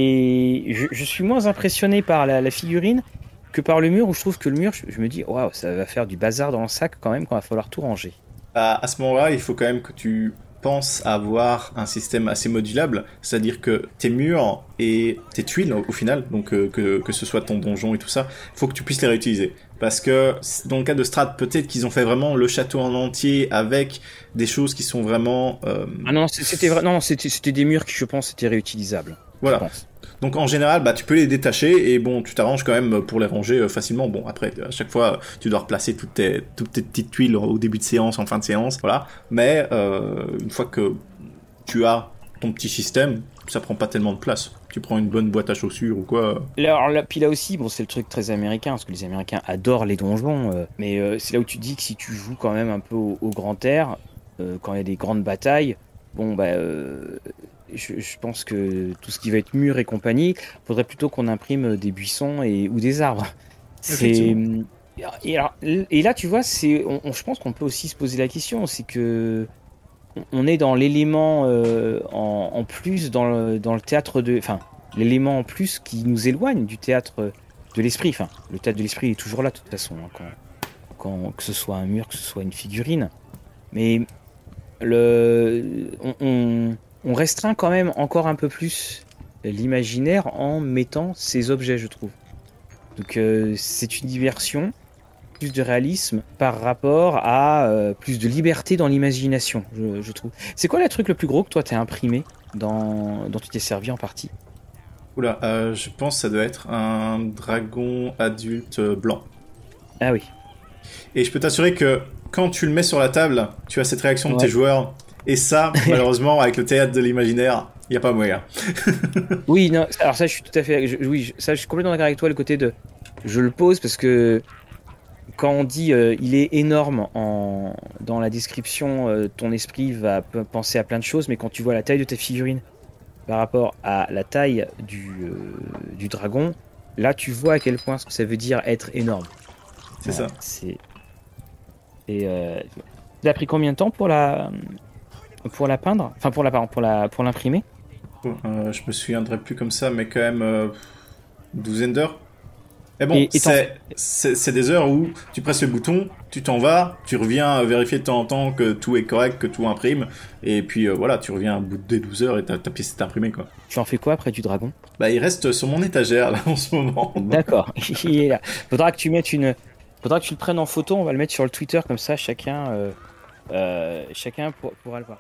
je suis moins impressionné par la figurine que par le mur où je trouve que le mur, je me dis, waouh, ça va faire du bazar dans le sac quand même, quand il va falloir tout ranger. à ce moment-là, il faut quand même que tu penses avoir un système assez modulable, c'est-à-dire que tes murs et tes tuiles au final, donc que ce soit ton donjon et tout ça, il faut que tu puisses les réutiliser. Parce que dans le cas de Strahd, peut-être qu'ils ont fait vraiment le château en entier avec des choses qui sont vraiment... Ah non, c'était des murs qui, je pense, étaient réutilisables. voilà. Je pense. Donc en général, bah tu peux les détacher et bon, tu t'arranges quand même pour les ranger facilement. Bon, après, à chaque fois, tu dois replacer toutes tes petites tuiles au début de séance, en fin de séance, voilà. Mais une fois que tu as ton petit système, ça prend pas tellement de place. Tu prends une bonne boîte à chaussures ou quoi. Puis là aussi, bon, c'est le truc très américain, parce que les Américains adorent les donjons, mais c'est là où tu dis que si tu joues quand même un peu au grand air, quand il y a des grandes batailles, bon, je pense que tout ce qui va être mur et compagnie, faudrait plutôt qu'on imprime des buissons ou des arbres. C'est Effectivement. et là, tu vois, je pense qu'on peut aussi se poser la question, c'est que on est dans l'élément en plus dans le théâtre enfin, l'élément en plus qui nous éloigne du théâtre de l'esprit. Enfin, le théâtre de l'esprit est toujours là de toute façon, hein, que ce soit un mur, que ce soit une figurine. Mais on restreint quand même encore un peu plus l'imaginaire en mettant ces objets, je trouve. Donc c'est une diversion, plus de réalisme par rapport à plus de liberté dans l'imagination, je trouve. C'est quoi le truc le plus gros que toi t'as imprimé dont tu t'es servi en partie? Oula, je pense que ça doit être un dragon adulte blanc. Ah oui. Et je peux t'assurer que quand tu le mets sur la table, tu as cette réaction de tes Ouais. joueurs. Et ça, malheureusement, avec le théâtre de l'imaginaire, il n'y a pas moyen. Oui, non, alors ça je suis tout à fait... ça je suis complètement d'accord avec toi, le côté de... Je le pose parce que quand on dit il est énorme dans la description, ton esprit va penser à plein de choses, mais quand tu vois la taille de ta figurine par rapport à la taille du dragon, là tu vois à quel point ce que ça veut dire être énorme. C'est Voilà, ça. et ça a pris combien de temps pour la peindre, enfin pour l'imprimer? Bon, je me souviendrai plus comme ça, mais quand même douzaine d'heures. Mais bon, c'est des heures où tu presses le bouton, tu t'en vas, tu reviens vérifier de temps en temps que tout est correct, que tout imprime, et puis voilà, tu reviens au bout des 12 heures et ta pièce est imprimée, quoi. Tu en fais quoi après du dragon? Bah, il reste sur mon étagère, là, en ce moment. D'accord, il est là. Faudra que tu le prennes en photo, on va le mettre sur le Twitter, comme ça chacun pourra le voir.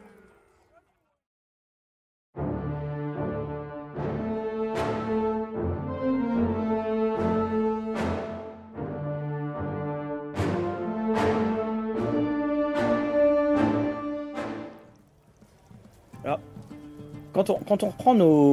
Alors, quand on reprend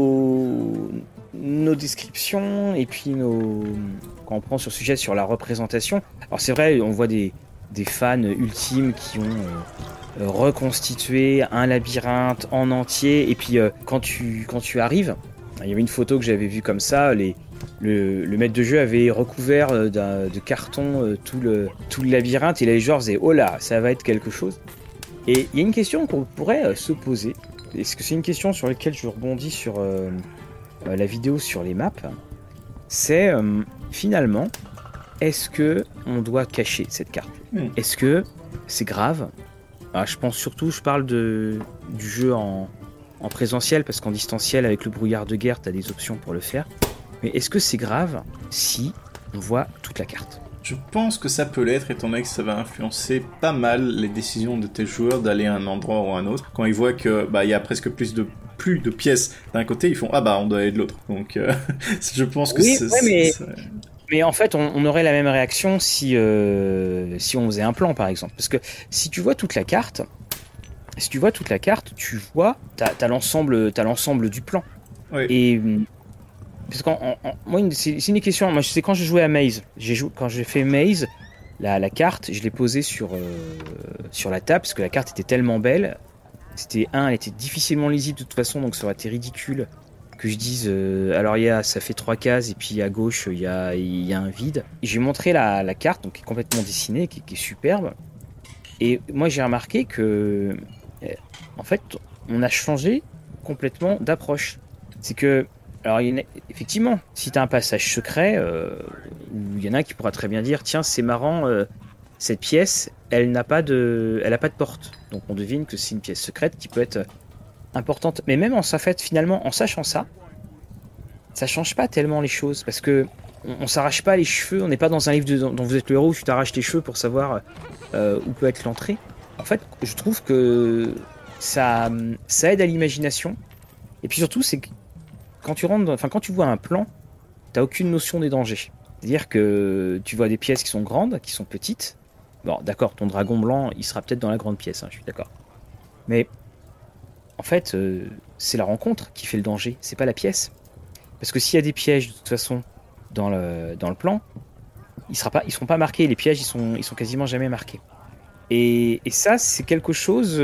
nos descriptions et puis quand on prend sur le sujet sur la représentation, alors c'est vrai, on voit des fans ultimes qui ont reconstitué un labyrinthe en entier, et puis quand tu arrives, il y avait une photo que j'avais vue comme ça, le maître de jeu avait recouvert de carton tout le labyrinthe, et les joueurs disaient oh là, ça va être quelque chose. Et il y a une question qu'on pourrait se poser. Est-ce que c'est une question sur laquelle je rebondis sur la vidéo sur les maps? C'est finalement, est-ce que on doit cacher cette carte? Est-ce que c'est grave? Je pense surtout, je parle du jeu en présentiel, parce qu'en distanciel, avec le brouillard de guerre, tu as des options pour le faire. Mais est-ce que c'est grave si on voit toute la carte? Je pense que ça peut l'être, étant donné que ça va influencer pas mal les décisions de tes joueurs d'aller à un endroit ou à un autre. Quand ils voient que il y a presque plus de pièces d'un côté, ils font on doit aller de l'autre. Donc je pense que mais en fait, on aurait la même réaction si on faisait un plan, par exemple. Parce que si tu vois toute la carte, tu vois, t'as l'ensemble du plan. Oui. Et parce moi, c'est une question. Moi, c'est quand je jouais à Maze. Quand j'ai fait Maze, la carte, je l'ai posée sur la table, parce que la carte était tellement belle. Elle était difficilement lisible de toute façon, donc ça aurait été ridicule que je dise alors ça fait 3 cases, et puis à gauche il y a un vide. J'ai montré la carte, donc qui est complètement dessinée, qui est superbe. Et moi j'ai remarqué que en fait on a changé complètement d'approche. C'est que alors effectivement, si tu as un passage secret, où il y en a qui pourra très bien dire tiens, c'est marrant, cette pièce elle n'a pas de porte, donc on devine que c'est une pièce secrète qui peut être importante. Mais même en sachant ça change pas tellement les choses, parce que on s'arrache pas les cheveux. On n'est pas dans un livre dont vous êtes le héros où tu t'arraches les cheveux pour savoir où peut être l'entrée. En fait, je trouve que ça aide à l'imagination. Et puis surtout, c'est que quand tu vois un plan, t'as aucune notion des dangers. C'est-à-dire que tu vois des pièces qui sont grandes, qui sont petites. Bon, d'accord, ton dragon blanc, il sera peut-être dans la grande pièce, je suis d'accord. Mais en fait, c'est la rencontre qui fait le danger, c'est pas la pièce. Parce que s'il y a des pièges, de toute façon, dans le plan, ils seront pas marqués. Les pièges, ils sont quasiment jamais marqués. Et ça, c'est quelque chose...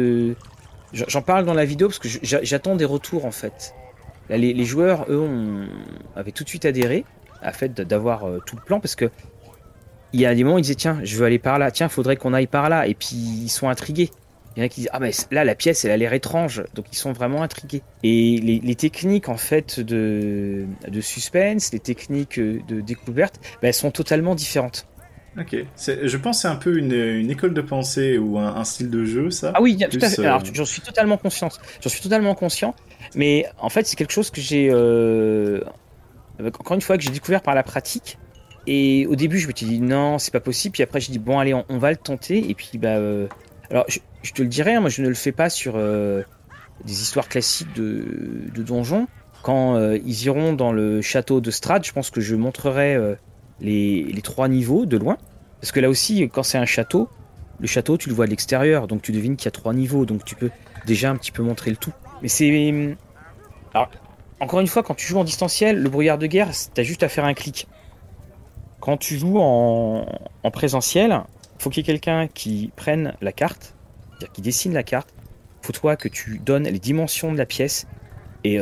j'en parle dans la vidéo parce que j'attends des retours, en fait. Là, les joueurs, eux, avaient tout de suite adhéré à fait d'avoir tout le plan, parce que il y a des moments où ils disaient tiens, je veux aller par là, tiens, faudrait qu'on aille par là, et puis ils sont intrigués. Il y en a qui disent mais là la pièce elle a l'air étrange, donc ils sont vraiment intrigués. Et les techniques en fait de suspense, les techniques de découverte, elles sont totalement différentes. Ok, je pense que c'est un peu une école de pensée ou un style de jeu, ça. Ah oui, tout à fait. Alors j'en suis totalement conscient, mais en fait c'est quelque chose que j'ai encore une fois que j'ai découvert par la pratique. Et au début je me suis dit non, c'est pas possible, puis après j'ai dit bon allez, on va le tenter, et puis alors je te le dirais, moi je ne le fais pas sur des histoires classiques de donjons. Quand ils iront dans le château de Strahd, je pense que je montrerai les 3 niveaux de loin, parce que là aussi quand c'est un château, le château tu le vois de l'extérieur, donc tu devines qu'il y a 3 niveaux, donc tu peux déjà un petit peu montrer le tout. Mais c'est... Alors, encore une fois, quand tu joues en distanciel, le brouillard de guerre, t'as juste à faire un clic. Quand tu joues en présentiel, il faut qu'il y ait quelqu'un qui prenne la carte, c'est-à-dire qui dessine la carte. Il faut toi que tu donnes les dimensions de la pièce. Et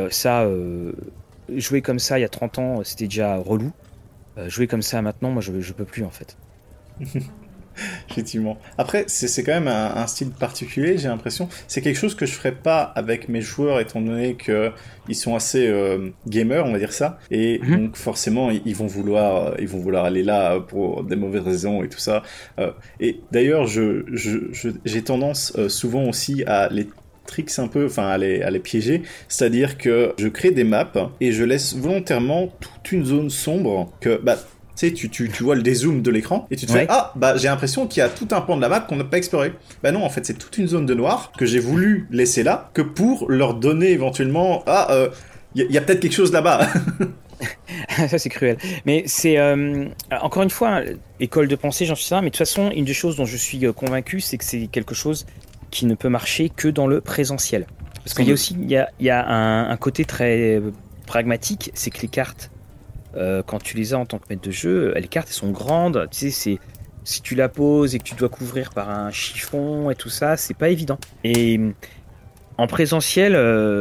jouer comme ça il y a 30 ans, c'était déjà relou. Jouer comme ça maintenant, moi je peux plus en fait. Effectivement. Après, c'est quand même un style particulier, j'ai l'impression. C'est quelque chose que je ferais pas avec mes joueurs, étant donné que ils sont assez gamers, on va dire ça. Et donc forcément, ils vont vouloir aller là pour des mauvaises raisons et tout ça. Et d'ailleurs, j'ai tendance souvent aussi à les tricks un peu, enfin à les piéger, c'est-à-dire que je crée des maps et je laisse volontairement toute une zone sombre que tu sais, tu vois le dézoom de l'écran et tu te fais j'ai l'impression qu'il y a tout un pan de la map qu'on n'a pas exploré. Non, en fait c'est toute une zone de noir que j'ai voulu laisser là que pour leur donner éventuellement y a peut-être quelque chose là-bas. Ça c'est cruel. Mais c'est encore une fois école de pensée, j'en suis ça. Mais de toute façon, une des choses dont je suis convaincu, c'est que c'est quelque chose qui ne peut marcher que dans le présentiel. Parce qu'il y a aussi il y a un côté très pragmatique, c'est que les cartes, quand tu les as en tant que maître de jeu, les cartes elles sont grandes. Tu sais, si tu la poses et que tu dois couvrir par un chiffon et tout ça, c'est pas évident. Et en présentiel,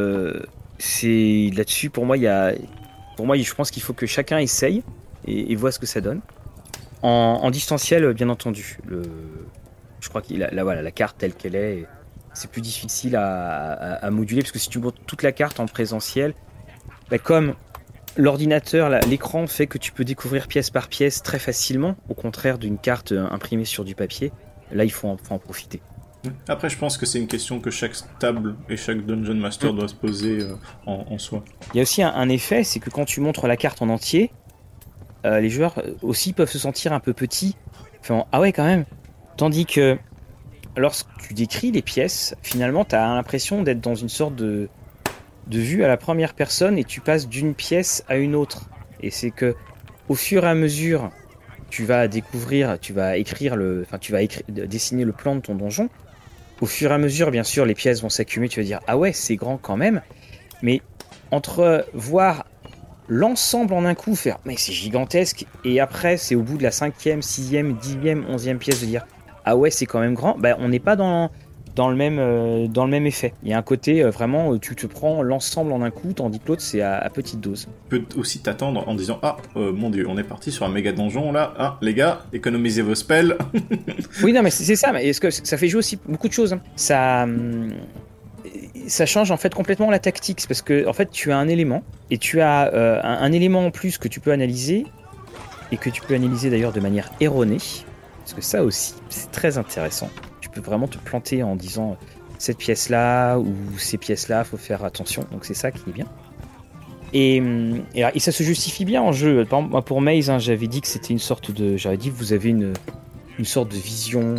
c'est là-dessus pour moi je pense qu'il faut que chacun essaye et voit ce que ça donne. En distanciel, bien entendu, je crois que la carte telle qu'elle est, c'est plus difficile à moduler parce que si tu montes toute la carte en présentiel, comme l'ordinateur, l'écran fait que tu peux découvrir pièce par pièce très facilement, au contraire d'une carte imprimée sur du papier, là il faut en profiter. Après, je pense que c'est une question que chaque table et chaque Dungeon Master doit se poser en soi. Il y a aussi un effet, c'est que quand tu montres la carte en entier, les joueurs aussi peuvent se sentir un peu petits. Enfin, ah ouais, quand même. Tandis que lorsque tu décris les pièces, finalement, tu as l'impression d'être dans une sorte de vue à la première personne et tu passes d'une pièce à une autre. Et c'est que au fur et à mesure, tu vas découvrir, tu vas dessiner le plan de ton donjon. Au fur et à mesure, bien sûr, les pièces vont s'accumuler. Tu vas dire ah ouais, c'est grand quand même. Mais entre voir l'ensemble en un coup, faire mais c'est gigantesque, et après c'est au bout de la 5e, 6e, 10e, 11e pièce de dire ah ouais c'est quand même grand, on n'est pas dans le même effet. Il y a un côté vraiment tu te prends l'ensemble en un coup, tandis que l'autre c'est à petite dose. Tu peux aussi t'attendre en disant mon dieu, on est parti sur un méga donjon là, les gars, économisez vos spells. Oui non mais c'est ça, mais est-ce que ça fait jouer aussi beaucoup de choses, hein. Ça change en fait complètement la tactique, parce que en fait tu as un élément et tu as un élément en plus que tu peux analyser et que tu peux analyser d'ailleurs de manière erronée, parce que ça aussi c'est très intéressant. Tu peux vraiment te planter en disant cette pièce là ou ces pièces là, faut faire attention, donc c'est ça qui est bien. Et ça se justifie bien en jeu. Par exemple, moi pour Maze, hein, j'avais dit que c'était j'avais dit que vous avez une sorte de vision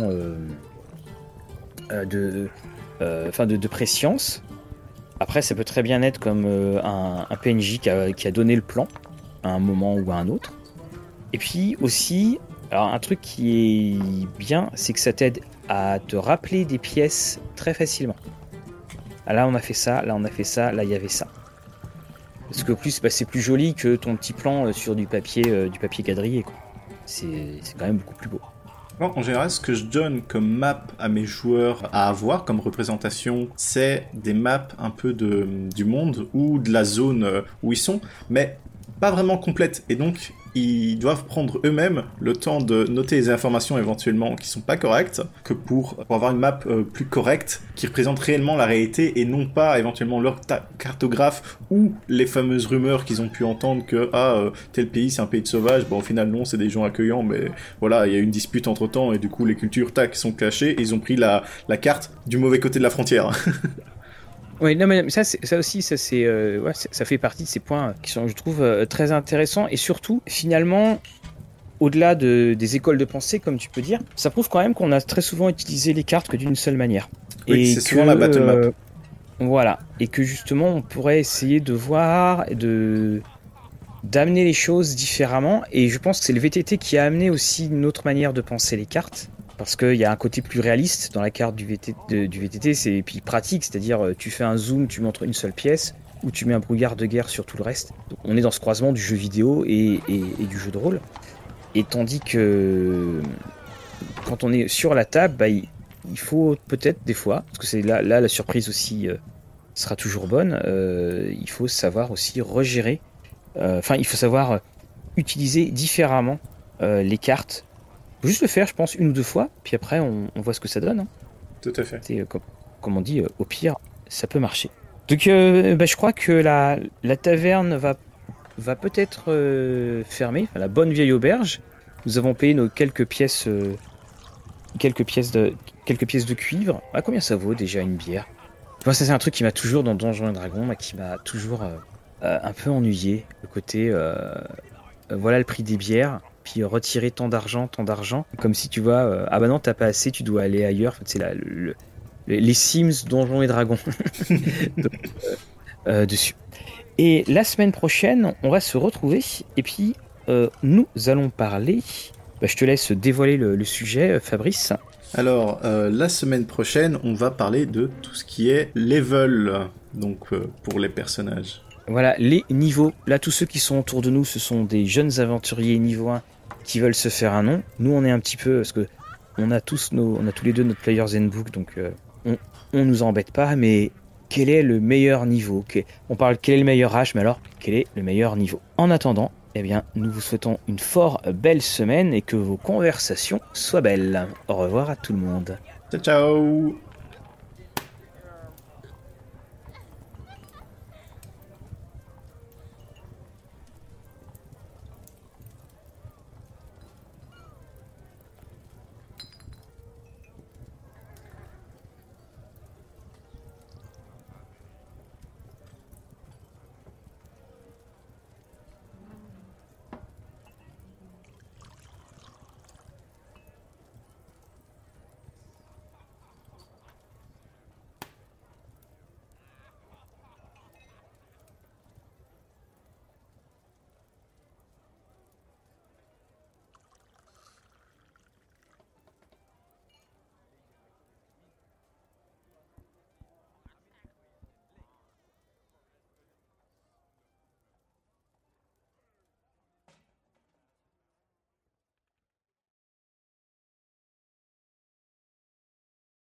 de préscience. Après, ça peut très bien être comme un PNJ qui a donné le plan à un moment ou à un autre. Et puis aussi, alors un truc qui est bien, c'est que ça t'aide à te rappeler des pièces très facilement. Ah, là, on a fait ça, là, on a fait ça, là, il y avait ça. Parce que plus, c'est plus joli que ton petit plan sur du papier quadrillé, quoi. C'est quand même beaucoup plus beau. Bon, en général, ce que je donne comme map à mes joueurs à avoir comme représentation, c'est des maps un peu du monde ou de la zone où ils sont, mais pas vraiment complètes. Et donc, ils doivent prendre eux-mêmes le temps de noter les informations éventuellement qui sont pas correctes, que pour avoir une map plus correcte, qui représente réellement la réalité et non pas éventuellement leur cartographe ou les fameuses rumeurs qu'ils ont pu entendre que tel pays c'est un pays de sauvages. Bon, au final non, c'est des gens accueillants, mais voilà, il y a eu une dispute entre temps et du coup les cultures sont clashées et ils ont pris la carte du mauvais côté de la frontière. Oui, non, mais ça fait partie de ces points qui sont, je trouve, très intéressants, et surtout, finalement, au-delà des écoles de pensée, comme tu peux dire, ça prouve quand même qu'on a très souvent utilisé les cartes que d'une seule manière. Oui, et c'est souvent la battle map. Voilà, et que justement, on pourrait essayer de voir, d'amener les choses différemment, et je pense que c'est le VTT qui a amené aussi une autre manière de penser les cartes. Parce qu'il y a un côté plus réaliste dans la carte du VTT, et puis pratique, c'est-à-dire tu fais un zoom, tu montres une seule pièce, ou tu mets un brouillard de guerre sur tout le reste. Donc on est dans ce croisement du jeu vidéo et du jeu de rôle. Et tandis que quand on est sur la table, il faut peut-être des fois, parce que c'est là la surprise aussi sera toujours bonne, il faut savoir aussi regérer, il faut savoir utiliser différemment les cartes Faut juste le faire, je pense, 1 ou 2 fois, puis après on voit ce que ça donne. Hein. Tout à fait. C'est, comme on dit, au pire, ça peut marcher. Donc je crois que la taverne va peut-être fermer, enfin, la bonne vieille auberge. Nous avons payé nos quelques pièces de cuivre. Ah, combien ça vaut déjà une bière? Moi, ça c'est un truc qui m'a toujours dans Donjons et Dragons, qui m'a toujours un peu ennuyé. Le côté, voilà le prix des bières, puis retirer tant d'argent, comme si tu vois, ah bah non t'as pas assez, tu dois aller ailleurs. En fait, c'est les Sims Donjons et Dragons Donc, dessus. Et la semaine prochaine, on va se retrouver et puis nous allons parler. Je te laisse dévoiler le sujet, Fabrice. Alors, la semaine prochaine, on va parler de tout ce qui est level, donc pour les personnages. Voilà, les niveaux. Là, tous ceux qui sont autour de nous, ce sont des jeunes aventuriers niveau 1 qui veulent se faire un nom. Nous, on est un petit peu... Parce que on a tous les deux notre Player's Handbook, donc on nous embête pas, mais quel est le meilleur niveau? On parle quel est le meilleur âge, mais alors, quel est le meilleur niveau? En attendant, eh bien, nous vous souhaitons une fort belle semaine et que vos conversations soient belles. Au revoir à tout le monde. Ciao, ciao!